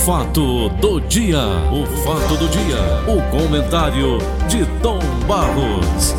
fato do dia. O fato do dia. O comentário de Tom Barros.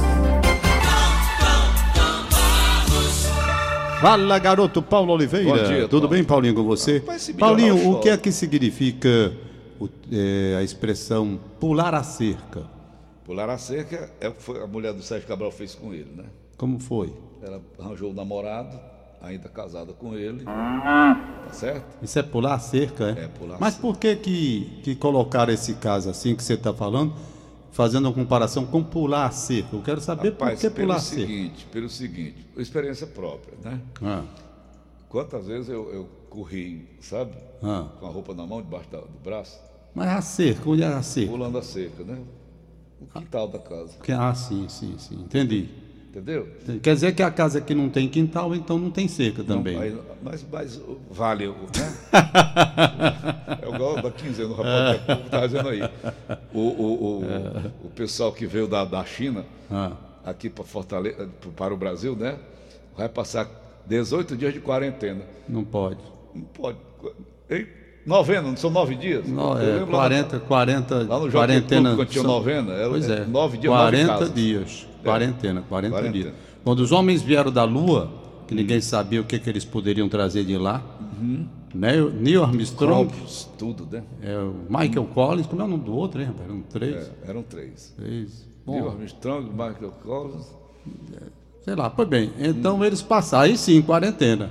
Fala, garoto Paulo Oliveira. Bom dia, tudo Tom. bem, Paulinho, com você? Rapaz, Paulinho, o que é que significa a expressão pular a cerca? Pular a cerca é o que a mulher do Sérgio Cabral fez com ele, né? Como foi? Ela arranjou um namorado, ainda casada com ele, tá certo? Isso é pular a cerca, é? É, pular a Mas cerca. por que colocaram esse caso assim que você está falando, fazendo uma comparação com pular a cerca? Eu quero saber Rapaz, por que pular a cerca. pelo seguinte, experiência própria, né? Ah, Quantas vezes eu corri, sabe? ah. Com a roupa na mão, debaixo do braço, Mas a cerca, onde é a cerca? pulando a cerca, né? O quintal da casa, Ah, sim, entendi. entendeu? Quer dizer que a casa que não tem quintal, então não tem cerca também. Não, mas vale, né? É igual da quinzena, o rapaz que está dizendo aí. O pessoal que veio da China, Ah. aqui para Fortaleza, para o Brasil, né? Vai passar 18 dias de quarentena. Não pode. Não pode. Ei, novena, não são 9 dias? Não, Eu é lembro 40 lá no Jockey quarentena. Club, quando tinha novena, era Pois é, 9 dias, 40 9 casas. dias. Quarentena, 40 quarentena. dias. Quando os homens vieram da Lua, que ninguém sabia o que eles poderiam trazer de lá, né? O Neil Armstrong, Cromos, tudo, né? o Michael Collins, como é o nome do outro, hein, rapaz? Eram três. Eram 3. Três. Neil Bom, Armstrong, Michael Collins. sei lá, pois bem. Então eles passaram, aí sim, quarentena.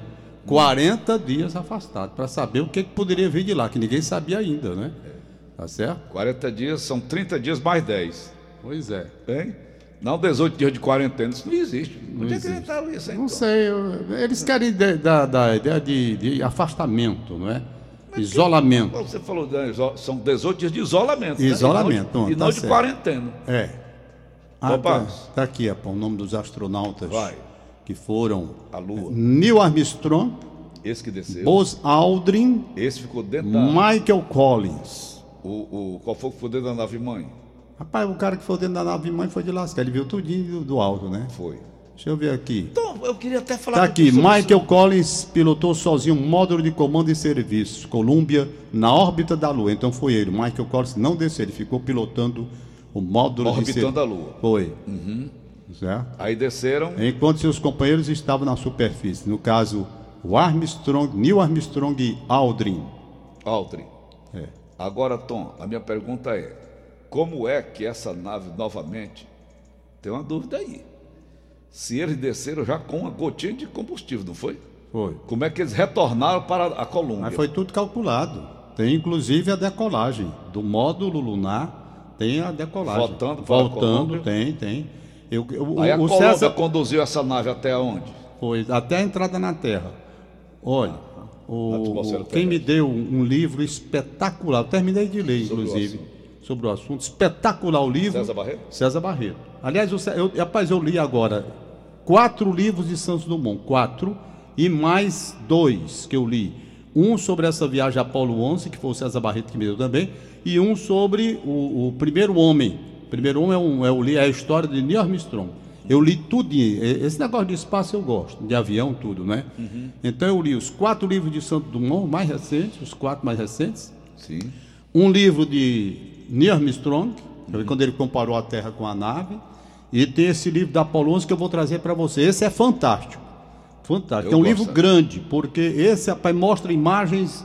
40 dias afastados, para saber o que poderia vir de lá, que ninguém sabia ainda, né? Tá certo? 40 dias são 30 dias mais 10. Pois é. Hein? Não 18 dias de quarentena, isso não existe. Não Onde é que existe. inventaram isso, hein, Não Tom? sei, eles querem da ideia de afastamento, não é? Isolamento. Você falou, né, são 18 dias de isolamento. Né? Isolamento, E tá não de certo. quarentena. É. Opa. Tá aqui, o nome dos astronautas Vai. que foram: A Lua. Neil Armstrong, Esse que desceu. Buzz Aldrin, Esse ficou dentro da... Michael Collins. Qual foi que ficou dentro da nave mãe? Rapaz, o cara que foi dentro da nave mãe foi de lascar, ele viu tudinho do alto, né? Foi. Deixa eu ver aqui. Então, eu queria até falar... Tá com aqui, você sobre Michael Collins pilotou sozinho um módulo de comando e serviço, Columbia, na órbita da Lua. Então foi ele, Michael Collins não desceu, ele ficou pilotando o módulo de serviço. Orbitando a Lua. Foi. Certo? Aí desceram... Enquanto seus companheiros estavam na superfície. No caso, o Armstrong, Neil Armstrong e Aldrin. Aldrin. É. Agora, Tom, a minha pergunta é: como é que essa nave novamente... Tem uma dúvida aí. Se eles desceram já com uma gotinha de combustível, não foi? Foi. Como é que eles retornaram para a Colômbia? Mas foi tudo calculado. Tem inclusive a decolagem do módulo lunar, tem a decolagem. Voltando para a Colômbia? Tem. Aí a O Colômbia César conduziu essa nave até onde? foi até a entrada na Terra. Olha, na atmosfera quem me terrestre. deu um livro espetacular, eu terminei de ler, Sobre o inclusive, assunto. sobre o assunto, espetacular o livro. César Barreto? César Barreto. Aliás, eu li agora 4 livros de Santos Dumont, 4, e mais 2 que eu li. Um sobre essa viagem a Apolo 11, que foi o César Barreto que me deu também, e um sobre o primeiro homem. O primeiro homem é a história de Neil Armstrong. Eu li tudo. Esse negócio de espaço eu gosto, de avião, tudo, né? Então eu li os 4 livros de Santos Dumont, mais recentes, os 4 mais recentes. Sim. Um livro de Neil Armstrong, quando ele comparou a Terra com a nave. E tem esse livro da Apolo 11 que eu vou trazer para você. Esse é fantástico. Fantástico. Eu É um gosto, livro grande, porque esse, rapaz, mostra imagens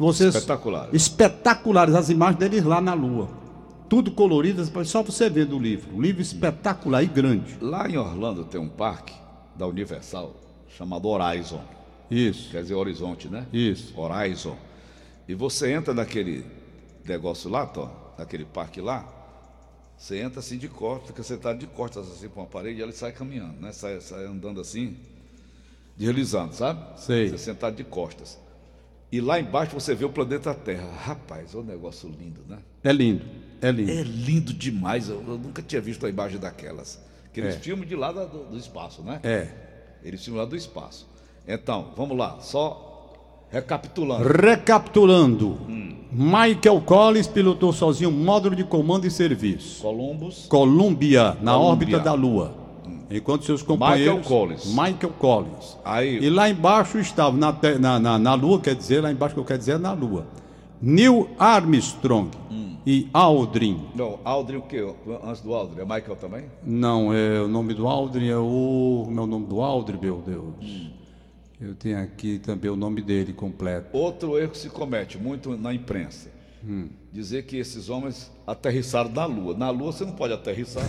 espetaculares, as imagens deles lá na Lua. Tudo coloridas, só você ver do livro. Um livro espetacular e grande. Lá em Orlando tem um parque da Universal chamado Horizon. Isso, Quer dizer, horizonte, né? isso. Horizon. E você entra naquele negócio lá, Tom, naquele parque lá, você entra assim de costas, fica sentado de costas assim com a parede e ele sai caminhando, né? Sai andando assim, deslizando, sabe? Sei. Você sentado de costas. E lá embaixo você vê o planeta Terra. Rapaz, é um negócio lindo, né? É lindo, é lindo. É lindo demais. Eu nunca tinha visto a imagem daquelas. Aqueles É. filmes de lá do espaço, né? É. Eles filmes lá do espaço. Então, vamos lá, só recapitulando. Recapitulando. Michael Collins pilotou sozinho um módulo de comando e serviço. Columbia, na órbita da Lua. Enquanto seus companheiros... Michael Collins. Aí, E lá embaixo estava, na Lua, quer dizer, lá embaixo que eu quero dizer é na Lua. Neil Armstrong e Aldrin. Não, Aldrin o quê? Antes do Aldrin, é Michael também? Não, o nome do Aldrin é o... Como é o nome do Aldrin, meu Deus? Eu tenho aqui também o nome dele completo. Outro erro que se comete muito na imprensa. Dizer que esses homens aterrissaram na Lua. Na Lua você não pode aterrissar.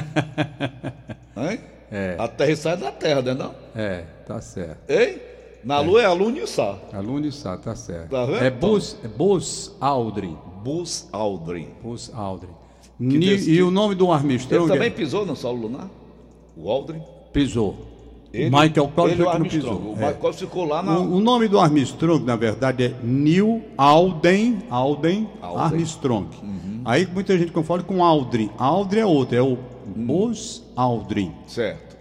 Hein? Aterrissar é na Terra, não é não? Tá certo. Hein? Na Lua é alunissar. Alunissar, tá certo. Tá vendo? É Buzz Aldrin. Buzz Aldrin. Buzz Aldrin. E o nome do Armstrong? Ele também pisou no solo lunar? O Aldrin? Pisou. Michael Collins ele foi que não Armstrong. pisou. O Michael Collins ficou lá na... O nome do Armstrong, na verdade, é Neil Alden Armstrong. Aí muita gente confunde com Aldrin. Aldrin é outro, é o Buzz Aldrin. Certo.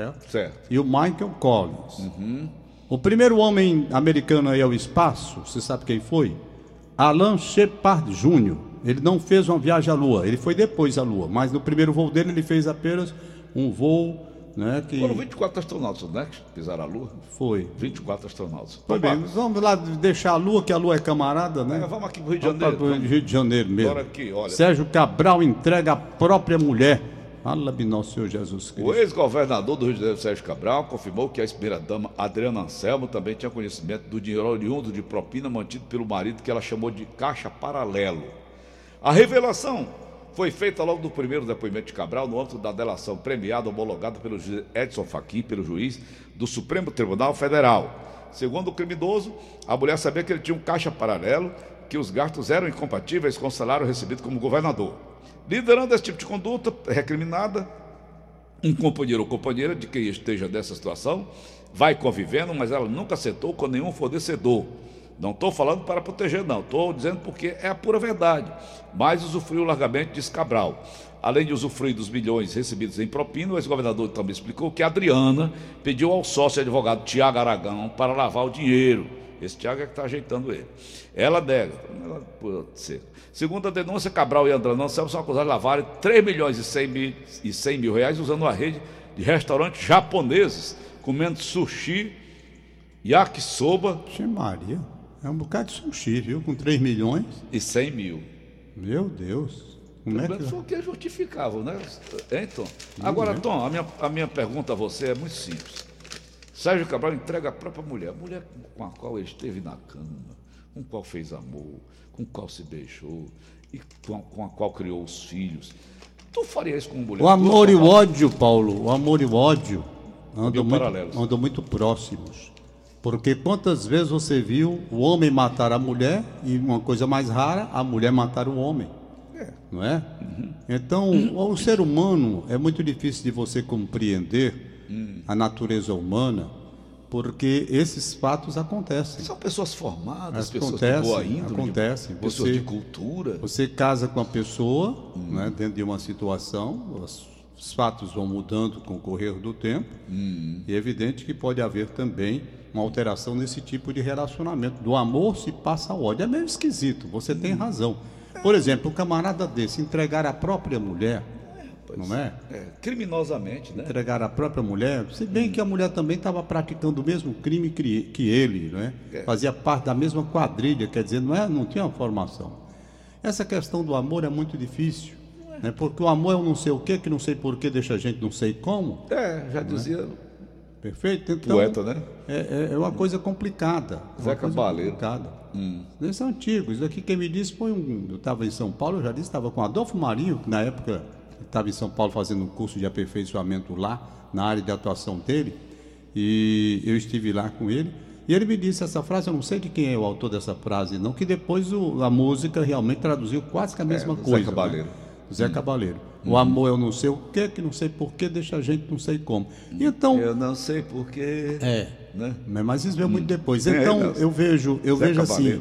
E o Michael Collins. O primeiro homem americano aí ao espaço, você sabe quem foi? Alan Shepard Jr. Ele não fez uma viagem à Lua, ele foi depois à Lua, mas no primeiro voo dele ele fez apenas um voo, né? Foram 24 astronautas, né? Que pisaram a Lua. Foi. 24 astronautas. Foi bem, vamos lá deixar a Lua, que a Lua é camarada, né? Vamos aqui pro Rio de Janeiro. Para o Rio de Janeiro mesmo. Agora aqui, olha. Sérgio Cabral entrega a própria mulher. Fala-me, nosso Senhor Jesus Cristo. O ex-governador do Rio de Janeiro, Sérgio Cabral, confirmou que a ex-primeira-dama Adriana Anselmo também tinha conhecimento do dinheiro oriundo de propina mantido pelo marido, que ela chamou de caixa paralelo. A revelação foi feita logo do primeiro depoimento de Cabral, no âmbito da delação premiada, homologada pelo juiz Edson Fachin, pelo juiz do Supremo Tribunal Federal. Segundo o criminoso, a mulher sabia que ele tinha um caixa paralelo, que os gastos eram incompatíveis com o salário recebido como governador. Liderando esse tipo de conduta recriminada, um companheiro ou companheira de quem esteja nessa situação vai convivendo, mas ela nunca acertou com nenhum fornecedor. Não estou falando para proteger, não. Estou dizendo porque é a pura verdade. Mas usufruiu largamente, diz Cabral. Além de usufruir dos milhões recebidos em propina, o ex-governador também explicou que a Adriana pediu ao sócio advogado Tiago Aragão para lavar o dinheiro. Esse Tiago é que está ajeitando ele. Ela nega. Pode ser. Segundo a denúncia, Cabral e Adriana Anselmo são acusados de lavarem 3 milhões e 100 mil reais usando uma rede de restaurantes japoneses, comendo sushi, yakisoba. Maria, é um bocado de sushi, viu? Com 3 milhões. E 100 mil. Meu Deus. Como é que... Foi o que é justificável, né? Hein, Tom? Agora, Tom, a minha pergunta a você é muito simples. Sérgio Cabral entrega a própria mulher, a mulher com a qual ele esteve na cama, com a qual fez amor, com a qual se beijou e com a qual criou os filhos. Tu faria isso com mulher? O amor e o ódio, Paulo, o amor e o ódio andam muito próximos. Porque quantas vezes você viu o homem matar a mulher e, uma coisa mais rara, a mulher matar o homem? Não é? Então, o ser humano é muito difícil de você compreender a natureza humana, porque esses fatos acontecem. São pessoas formadas, pessoas de boa índole, pessoas de cultura. Você casa com a pessoa, né, dentro de uma situação, os fatos vão mudando com o correr do tempo, e é evidente que pode haver também uma alteração nesse tipo de relacionamento. Do amor se passa ao ódio. É meio esquisito, você tem razão. Por exemplo, um camarada desse entregar a própria mulher, não é? Criminosamente, né? Entregar a própria mulher, se bem que a mulher também estava praticando o mesmo crime que ele, não é? Fazia parte da mesma quadrilha, quer dizer, não tinha uma formação. Essa questão do amor é muito difícil, né? Porque o amor é um não sei o quê, que não sei porquê, deixa a gente não sei como. Já dizia... Perfeito? Então, poeta, né? É uma coisa complicada. Zé Cabaleiro. Isso é antigo. Isso aqui quem me disse foi eu estava em São Paulo, eu já disse, estava com Adolfo Marinho, que na época estava em São Paulo fazendo um curso de aperfeiçoamento lá, na área de atuação dele, e eu estive lá com ele, e ele me disse essa frase, eu não sei de quem é o autor dessa frase, não, que depois a música realmente traduziu quase que a mesma coisa. Zé Cabaleiro. Né? Zé Cabaleiro. O amor eu não sei o que não sei porquê, deixa a gente não sei como. Então, eu não sei porquê. Né? Mas isso veio muito depois. Então, eu vejo assim,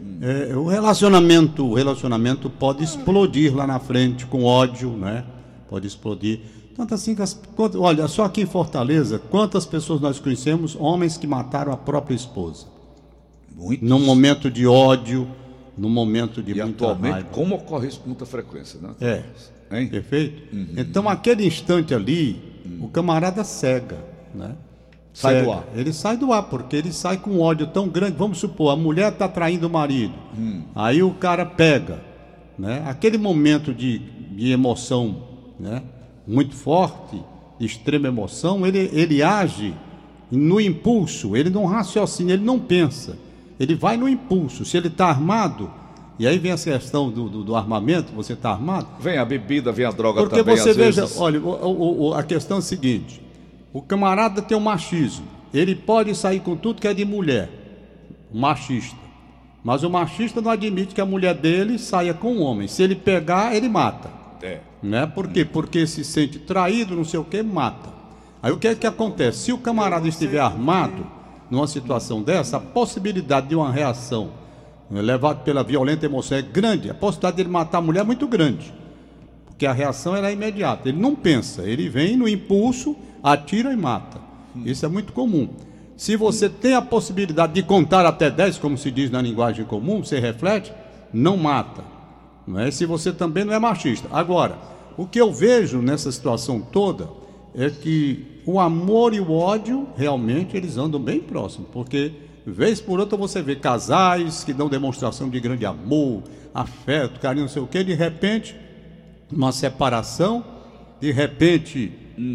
o relacionamento pode explodir lá na frente com ódio, né? Pode explodir. Tanto assim que olha, só aqui em Fortaleza, quantas pessoas nós conhecemos, homens que mataram a própria esposa? Muitos. Num momento de ódio, num momento de muita atualmente, raiva. como ocorre isso com muita frequência, né? Hein? Perfeito? Então, aquele instante ali, o camarada cega, né? Sai do ar. Ele sai do ar, porque ele sai com um ódio tão grande. Vamos supor, a mulher está traindo o marido. Aí o cara pega, né? Aquele momento de emoção, né? Muito forte, de extrema emoção, ele age no impulso, ele não raciocina, ele não pensa. Ele vai no impulso. Se ele está armado, e aí vem essa questão do armamento, você está armado. Vem a bebida, vem a droga porque também, você às veja, vezes. olha, a questão é a seguinte: o camarada tem um machismo, ele pode sair com tudo que é de mulher, machista, mas o machista não admite que a mulher dele saia com um homem. Se ele pegar, ele mata. Né? Por quê? Porque se sente traído, não sei o que, mata. Aí o que é que acontece? Se o camarada estiver armado numa situação dessa, a possibilidade de uma reação levada pela violenta emoção é grande. A possibilidade de ele matar a mulher é muito grande, porque a reação ela é imediata. Ele não pensa, ele vem no impulso, atira e mata. Isso é muito comum. Se você tem a possibilidade de contar até 10, como se diz na linguagem comum, você reflete, não mata. Não é? Se você também não é machista. Agora, o que eu vejo nessa situação toda é que o amor e o ódio, realmente, eles andam bem próximos, porque, vez por outra, você vê casais que dão demonstração de grande amor, afeto, carinho, não sei o quê, de repente, uma separação, de repente,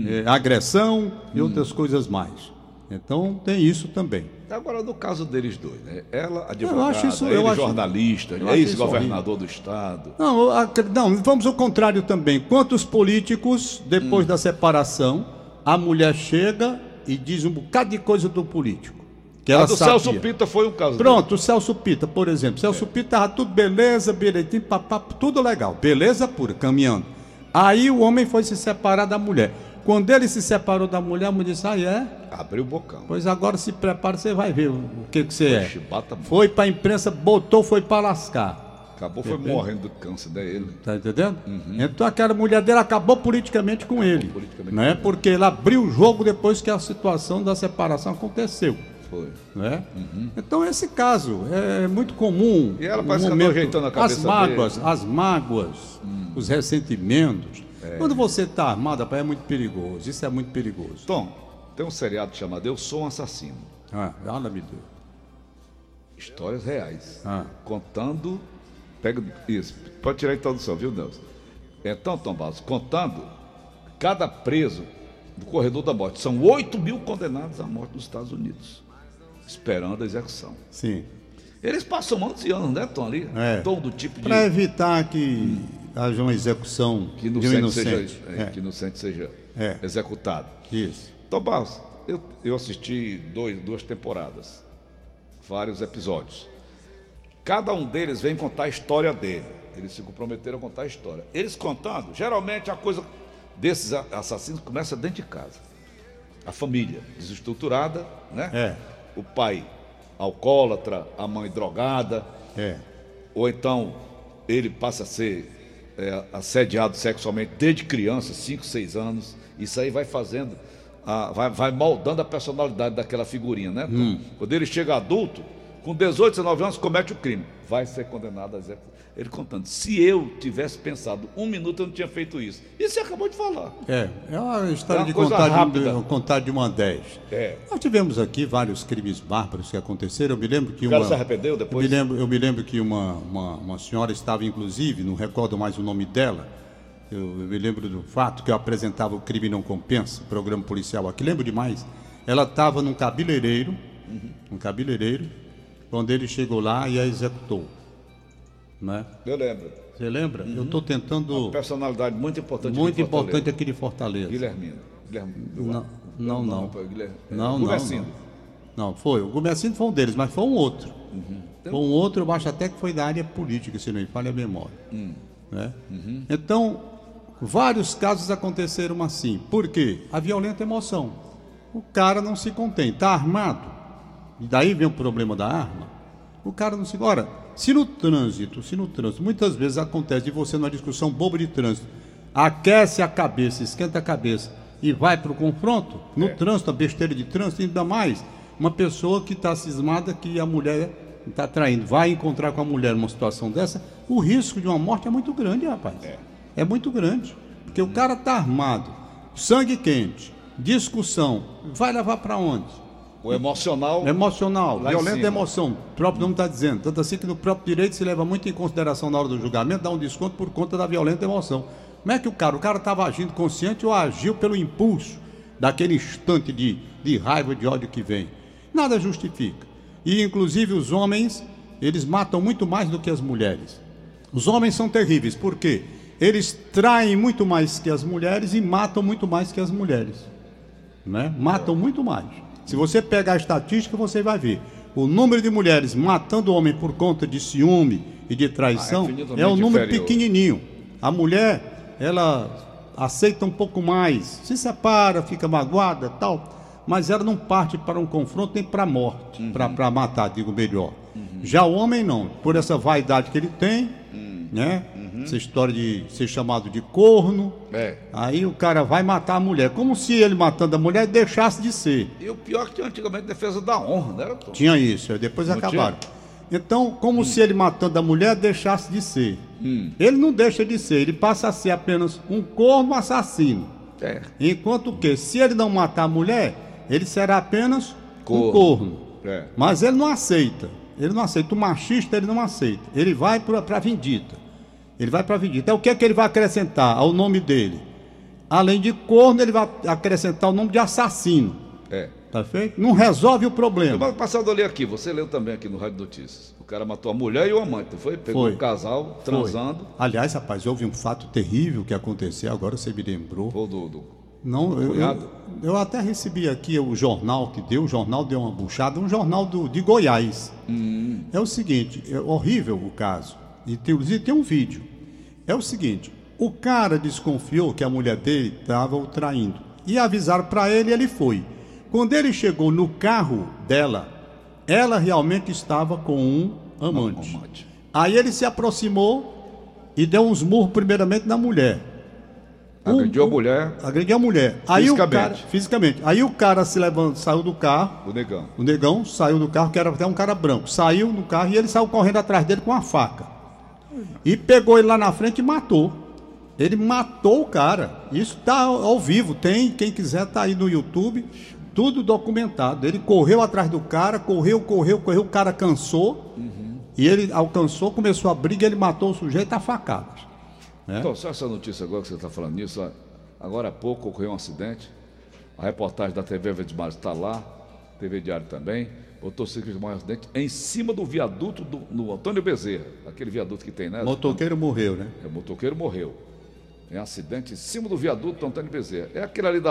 agressão e outras coisas mais. Então, tem isso também. Agora, no caso deles dois, né? Ela, advogada, ele jornalista, ex-governador do estado. Não, vamos ao contrário também. Quantos políticos, depois da separação, a mulher chega e diz um bocado de coisa do político? Que ela sabia. Celso Pitta foi um caso. Pronto, o Celso Pitta, por exemplo. Celso Pitta estava tudo beleza, direitinho, papapo, tudo legal. Beleza pura, caminhando. Aí o homem foi se separar da mulher. Quando ele se separou da mulher, a mulher disse, abriu o bocão. Pois agora se prepara, você vai ver o que você Poxa, é. Foi para a imprensa, botou, foi para lascar. Acabou, foi morrendo do câncer dele. Tá entendendo? Então aquela mulher dele acabou politicamente com ele. Né? Porque ele abriu o jogo depois que a situação da separação aconteceu. Foi. Né? Então esse caso é muito comum. E ela parece que andou ajeitando a cabeça as mágoas, os ressentimentos. Quando você está armado, rapaz, é muito perigoso. Isso é muito perigoso. Tom, tem um seriado chamado Eu Sou um Assassino. Fala, me Deus. Histórias reais. Contando. Pega isso. Pode tirar a introdução, viu, Deus? Então, Tom Barros, contando cada preso do corredor da morte. São 8 mil condenados à morte nos Estados Unidos, esperando a execução. Sim. Eles passam 11 anos, né, Tom, ali? Todo tipo de... Para evitar que haja uma execução que de um inocente. Que inocente seja executado. Isso. Tom Barros, eu assisti duas temporadas, vários episódios. Cada um deles vem contar a história dele. Eles se comprometeram a contar a história. Eles contando, geralmente a coisa desses assassinos começa dentro de casa. A família desestruturada, né? O pai alcoólatra, a mãe drogada. Ou então ele passa a ser assediado sexualmente desde criança, 5, 6 anos. Isso aí vai fazendo, vai moldando a personalidade daquela figurinha, né? Quando ele chega adulto, com 18, 19 anos, comete o crime. Vai ser condenado a execução. Ele contando, se eu tivesse pensado 1 minuto, eu não tinha feito isso. Isso você acabou de falar. É uma história uma de coisa rápida. contar de uma a 10. Nós tivemos aqui vários crimes bárbaros que aconteceram. Eu me lembro que o cara se arrependeu depois? Eu me lembro que uma senhora estava, inclusive, não recordo mais o nome dela. Eu me lembro do fato que eu apresentava o Crime Não Compensa, programa policial aqui. Lembro demais. Ela estava num cabeleireiro, quando ele chegou lá e a executou. Né? Eu lembro. Você lembra? Eu estou tentando... Uma personalidade muito importante. Muito importante aqui de Fortaleza. Guilhermino. Não. Gumecindo. Não, foi. O Gumecindo foi um deles, mas foi um outro. Foi um outro, eu acho até que foi da área política, se não me falha a memória. Né? Então, vários casos aconteceram assim. Por quê? A violenta emoção. O cara não se contém, está armado. E daí vem o problema da arma. O cara não se... Ora, se no trânsito, muitas vezes acontece de você numa discussão boba de trânsito, aquece a cabeça, esquenta a cabeça e vai para o confronto, no trânsito, a besteira de trânsito, ainda mais uma pessoa que está cismada que a mulher está traindo, vai encontrar com a mulher numa situação dessa, o risco de uma morte é muito grande, rapaz. É muito grande, porque o cara está armado, sangue quente, discussão, vai levar para onde? O emocional. Emocional, violenta emoção. O próprio nome está dizendo. Tanto assim que no próprio direito se leva muito em consideração na hora do julgamento, dá um desconto por conta da violenta emoção. Como é que o cara estava agindo consciente ou agiu pelo impulso daquele instante de raiva, de ódio que vem? Nada justifica. E inclusive os homens, eles matam muito mais do que as mulheres. Os homens são terríveis, por quê? Eles traem muito mais que as mulheres e matam muito mais que as mulheres, né? Matam muito mais. Se você pegar a estatística, você vai ver. O número de mulheres matando o homem por conta de ciúme e de traição é um número pequenininho. A mulher, ela aceita um pouco mais, se separa, fica magoada, tal, mas ela não parte para um confronto nem para a morte, para matar, digo melhor. Já o homem não, por essa vaidade que ele tem, né? Essa história de ser chamado de corno, aí o cara vai matar a mulher, como se ele matando a mulher deixasse de ser. E o pior que tinha antigamente defesa da honra, né? Tom? Tinha isso, depois não acabaram. Então, como se ele matando a mulher deixasse de ser. Ele não deixa de ser, ele passa a ser apenas um corno assassino. Enquanto que, se ele não matar a mulher, ele será apenas um corno. Mas ele não aceita. Ele não aceita. O machista, ele não aceita. Ele vai para a vindita. Ele vai para a vindita. Então, o que é que ele vai acrescentar ao nome dele? Além de corno, ele vai acrescentar o nome de assassino. Tá feito? Não resolve o problema. No passado eu li aqui, você leu também aqui no Rádio Notícias. O cara matou a mulher e o amante, não foi? Pegou um casal transando. Foi. Aliás, rapaz, houve um fato terrível que aconteceu, agora você me lembrou. Não, eu até recebi aqui o jornal que deu, o jornal deu uma buchada, um jornal de Goiás. É o seguinte, é horrível o caso, e inclusive tem um vídeo. É o seguinte, o cara desconfiou que a mulher dele estava o traindo, e avisaram para ele e ele foi. Quando ele chegou no carro dela, ela realmente estava com um amante. Aí ele se aproximou e deu uns murros primeiramente na mulher. Agrediu a mulher. Agrediu a mulher. Aí fisicamente. Aí o cara se levanta, saiu do carro. O negão saiu do carro, que era até um cara branco. Saiu do carro e ele saiu correndo atrás dele com a faca. E pegou ele lá na frente e matou. Ele matou o cara. Isso está ao vivo. Tem, quem quiser tá aí no YouTube. Tudo documentado. Ele correu atrás do cara, correu. O cara cansou. E ele alcançou, começou a briga, ele matou o sujeito a facadas. Então, só essa notícia agora que você está falando nisso, agora há pouco ocorreu um acidente, a reportagem da TV Verde Mar está lá, TV Diário também, motociclista morreu um acidente em cima do viaduto no Antônio Bezerra, aquele viaduto que tem, né? Motoqueiro morreu, né? O motoqueiro morreu, em acidente em cima do viaduto do Antônio Bezerra, é aquele ali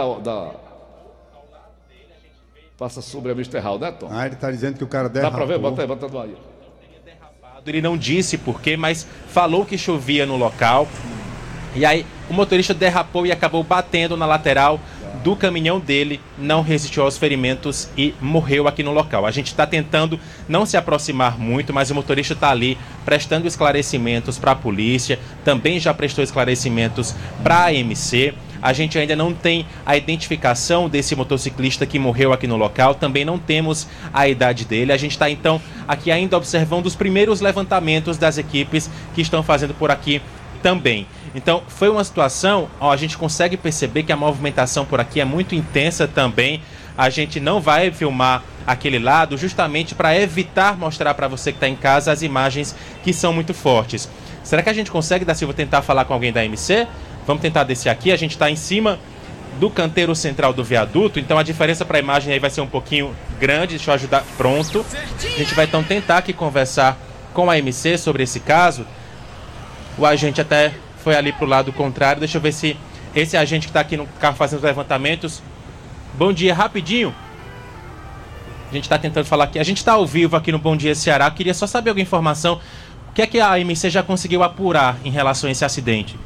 passa sobre a Mr. Hall, né, Tom? Ele está dizendo que o cara derrapou. Dá para ver? Bota do aí. Ele não disse porquê, mas falou que chovia no local. E aí o motorista derrapou e acabou batendo na lateral do caminhão dele, não resistiu aos ferimentos e morreu aqui no local. A gente está tentando não se aproximar muito, mas o motorista está ali prestando esclarecimentos para a polícia, também já prestou esclarecimentos para a AMC. A gente ainda não tem a identificação desse motociclista que morreu aqui no local, também não temos a idade dele. A gente está então aqui ainda observando os primeiros levantamentos das equipes que estão fazendo por aqui também. Então foi uma situação, a gente consegue perceber que a movimentação por aqui é muito intensa também. A gente não vai filmar aquele lado justamente para evitar mostrar para você que está em casa as imagens que são muito fortes. Será que a gente consegue, da Silva, tentar falar com alguém da AMC? Vamos tentar descer aqui, a gente está em cima do canteiro central do viaduto, então a diferença para a imagem aí vai ser um pouquinho grande, deixa eu ajudar, pronto. A gente vai então tentar aqui conversar com a AMC sobre esse caso. O agente até foi ali para o lado contrário, deixa eu ver se esse agente que está aqui no carro fazendo os levantamentos. Bom dia, rapidinho. A gente está tentando falar aqui, a gente está ao vivo aqui no Bom Dia Ceará, queria só saber alguma informação, o que é que a AMC já conseguiu apurar em relação a esse acidente?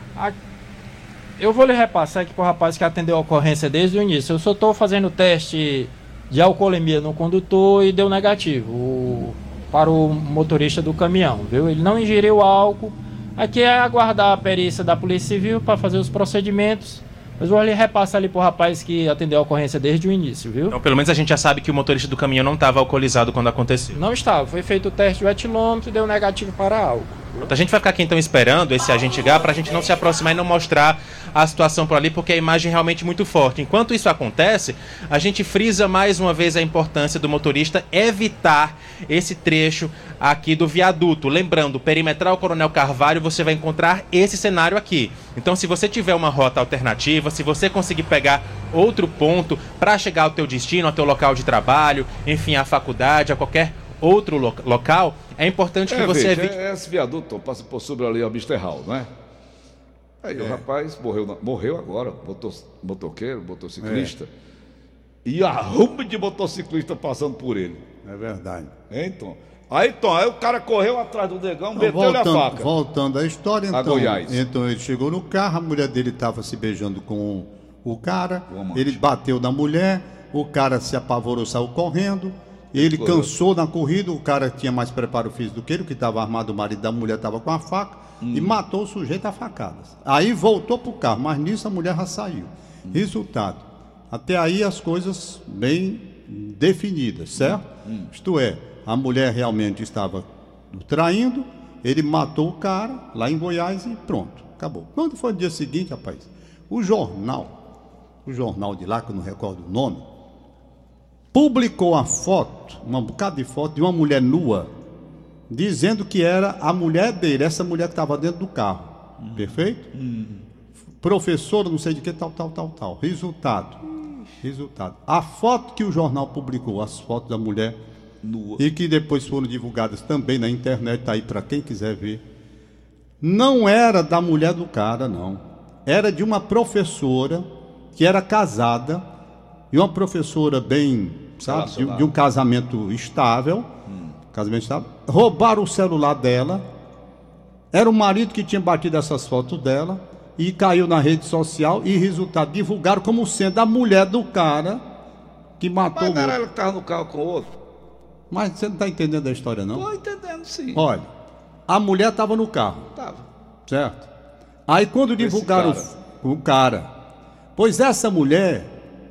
Eu vou lhe repassar aqui para o rapaz que atendeu a ocorrência desde o início. Eu só estou fazendo o teste de alcoolemia no condutor e deu negativo para o motorista do caminhão, viu? Ele não ingeriu álcool. Aqui é aguardar a perícia da Polícia Civil para fazer os procedimentos. Mas vou lhe repassar ali para o rapaz que atendeu a ocorrência desde o início, viu? Então, pelo menos a gente já sabe que o motorista do caminhão não estava alcoolizado quando aconteceu. Não estava. Foi feito o teste do etilômetro e deu negativo para álcool. A gente vai ficar aqui então esperando esse agente chegar para a gente não se aproximar e não mostrar a situação por ali, porque a imagem é realmente muito forte. Enquanto isso acontece, a gente frisa mais uma vez a importância do motorista evitar esse trecho aqui do viaduto. Lembrando, perimetral Coronel Carvalho, você vai encontrar esse cenário aqui. Então, se você tiver uma rota alternativa, se você conseguir pegar outro ponto para chegar ao teu destino, ao teu local de trabalho, enfim, à faculdade, a qualquer outro local, é importante que você evite... Esse viaduto passa por sobre ali a Mr. Hall, não é? Aí o rapaz morreu agora, motoqueiro, motociclista, e arrumo de motociclista passando por ele. É verdade. Então, aí o cara correu atrás do negão, meteu-lhe a faca. Voltando à história, então, Goiás. Então ele chegou no carro, a mulher dele estava se beijando com o cara, ele bateu na mulher, o cara se apavorou, saiu correndo. Ele cansou na corrida, o cara tinha mais preparo físico do que ele, que estava armado, o marido da mulher estava com a faca, e matou o sujeito a facadas. Aí voltou para o carro, mas nisso a mulher já saiu. Resultado, até aí as coisas bem definidas, certo? Isto é, a mulher realmente estava traindo, ele matou o cara lá em Goiás e pronto, acabou. Quando foi no dia seguinte, rapaz, o jornal de lá, que eu não recordo o nome, publicou a foto, um bocado de foto de uma mulher nua, dizendo que era a mulher dele, essa mulher que estava dentro do carro. Perfeito? Professora, não sei de que, tal. Resultado. A foto que o jornal publicou, as fotos da mulher nua, e que depois foram divulgadas também na internet, tá aí para quem quiser ver, não era da mulher do cara, não. Era de uma professora que era casada, e uma professora bem, sabe, de um casamento estável, roubaram o celular dela, era o marido que tinha batido essas fotos dela, e caiu na rede social, e resultado, divulgaram como sendo a mulher do cara que matou o outro. Mas não era ela que estava no carro com o outro? Mas você não está entendendo a história, não? Estou entendendo, sim. Olha, a mulher estava no carro. Estava. Certo? Aí quando divulgaram o cara, pois essa mulher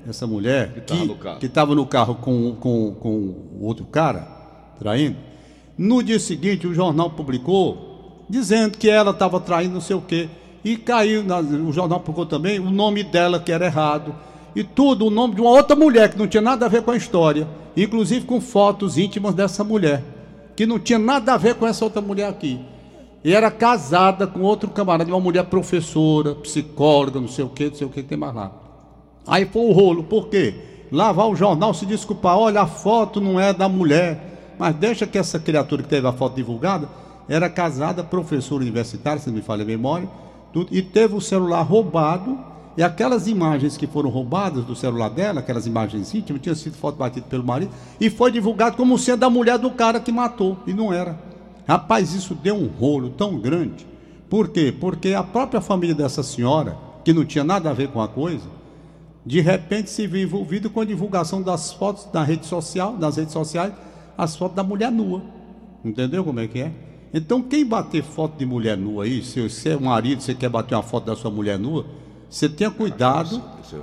que estava no carro com o outro cara, traindo, no dia seguinte o jornal publicou dizendo que ela estava traindo não sei o quê, e caiu, o jornal publicou também o nome dela que era errado, e tudo, o nome de uma outra mulher que não tinha nada a ver com a história, inclusive com fotos íntimas dessa mulher, que não tinha nada a ver com essa outra mulher aqui, e era casada com outro camarada, uma mulher professora, psicóloga, não sei o que tem mais lá. Aí foi o rolo, por quê? Lá vai o jornal se desculpar, olha, a foto não é da mulher, mas deixa que essa criatura que teve a foto divulgada, era casada, professora universitária, se não me falha a memória, tudo, e teve o celular roubado, e aquelas imagens que foram roubadas do celular dela, aquelas imagens íntimas, tinha sido foto batida pelo marido, e foi divulgado como sendo a mulher do cara que matou, e não era. Rapaz, isso deu um rolo tão grande. Por quê? Porque a própria família dessa senhora, que não tinha nada a ver com a coisa, de repente se viu envolvido com a divulgação das fotos nas redes sociais, as fotos da mulher nua. Entendeu como é que é? Então quem bater foto de mulher nua aí, se você é um marido, você quer bater uma foto da sua mulher nua, você tenha cuidado,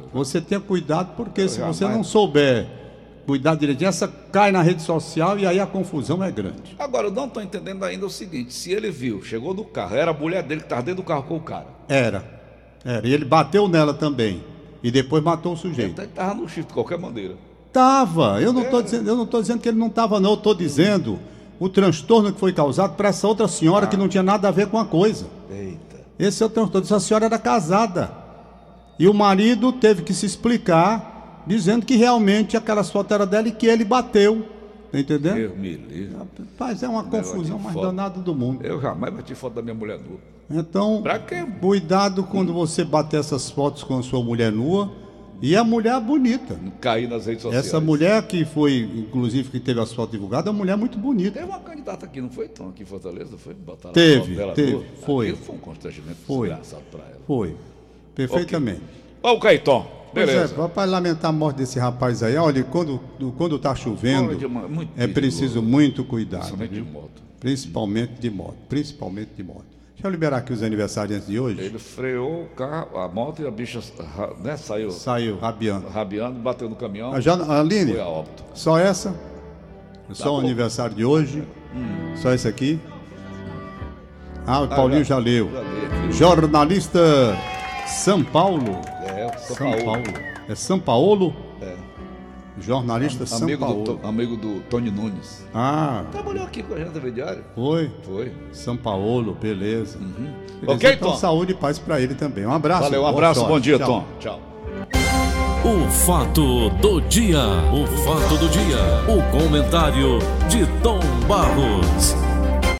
porque se você não souber cuidar direitinho, essa cai na rede social e aí a confusão é grande. Agora, eu não estou entendendo ainda o seguinte, se ele viu, chegou no carro, era a mulher dele que estava dentro do carro com o cara. Era, e ele bateu nela também. E depois matou o sujeito. Ele estava no chifre de qualquer maneira. Estava. Eu não estou dizendo que ele não estava, não. Eu estou dizendo o transtorno que foi causado para essa outra senhora que não tinha nada a ver com a coisa. Eita. Esse é o transtorno. Essa senhora era casada. E o marido teve que se explicar, dizendo que realmente aquelas fotos eram dela e que ele bateu. Tá entendendo? Eu me livre. Rapaz, é uma confusão mais danada do mundo. Eu jamais bati foto da minha mulher nua. Então, pra quê? Cuidado quando você bater essas fotos com a sua mulher nua. E a mulher bonita. Não cair nas redes sociais. Essa mulher que foi, inclusive, que teve as fotos divulgadas, é uma mulher muito bonita. Teve uma candidata aqui, não foi, Tom? Aqui em Fortaleza, foi? Botaram teve, a foto dela teve, nua. foi. Aquilo foi um constrangimento desgraçado pra ela. Foi, perfeitamente. Vamos, Caetano. Beleza. Pois é, para lamentar a morte desse rapaz aí, olha, quando tá chovendo, é preciso muito cuidado. Principalmente de moto. Principalmente de moto. Deixa eu liberar aqui os aniversariantes de hoje. Ele freou o carro, a moto e a bicha, né, saiu rabiando. Bateu no caminhão. Aline, foi a óbito. Só essa? Só o aniversário de hoje? Só esse aqui? Ah, o Paulinho já leu. Já li aqui. Jornalista São Paulo. São Paulo. É São Paulo? É. Jornalista São Paulo. Amigo do Tony Nunes. Ah. Trabalhou aqui com a gente no diário. Foi? Foi. São Paulo, beleza. Uhum. Beleza. Ok, então, Tom? saúde e paz pra ele também. Um abraço. Valeu, um boa abraço, sorte. bom dia, Tchau. Tom. Tchau. O fato do dia. O fato do dia. O comentário de Tom Barros.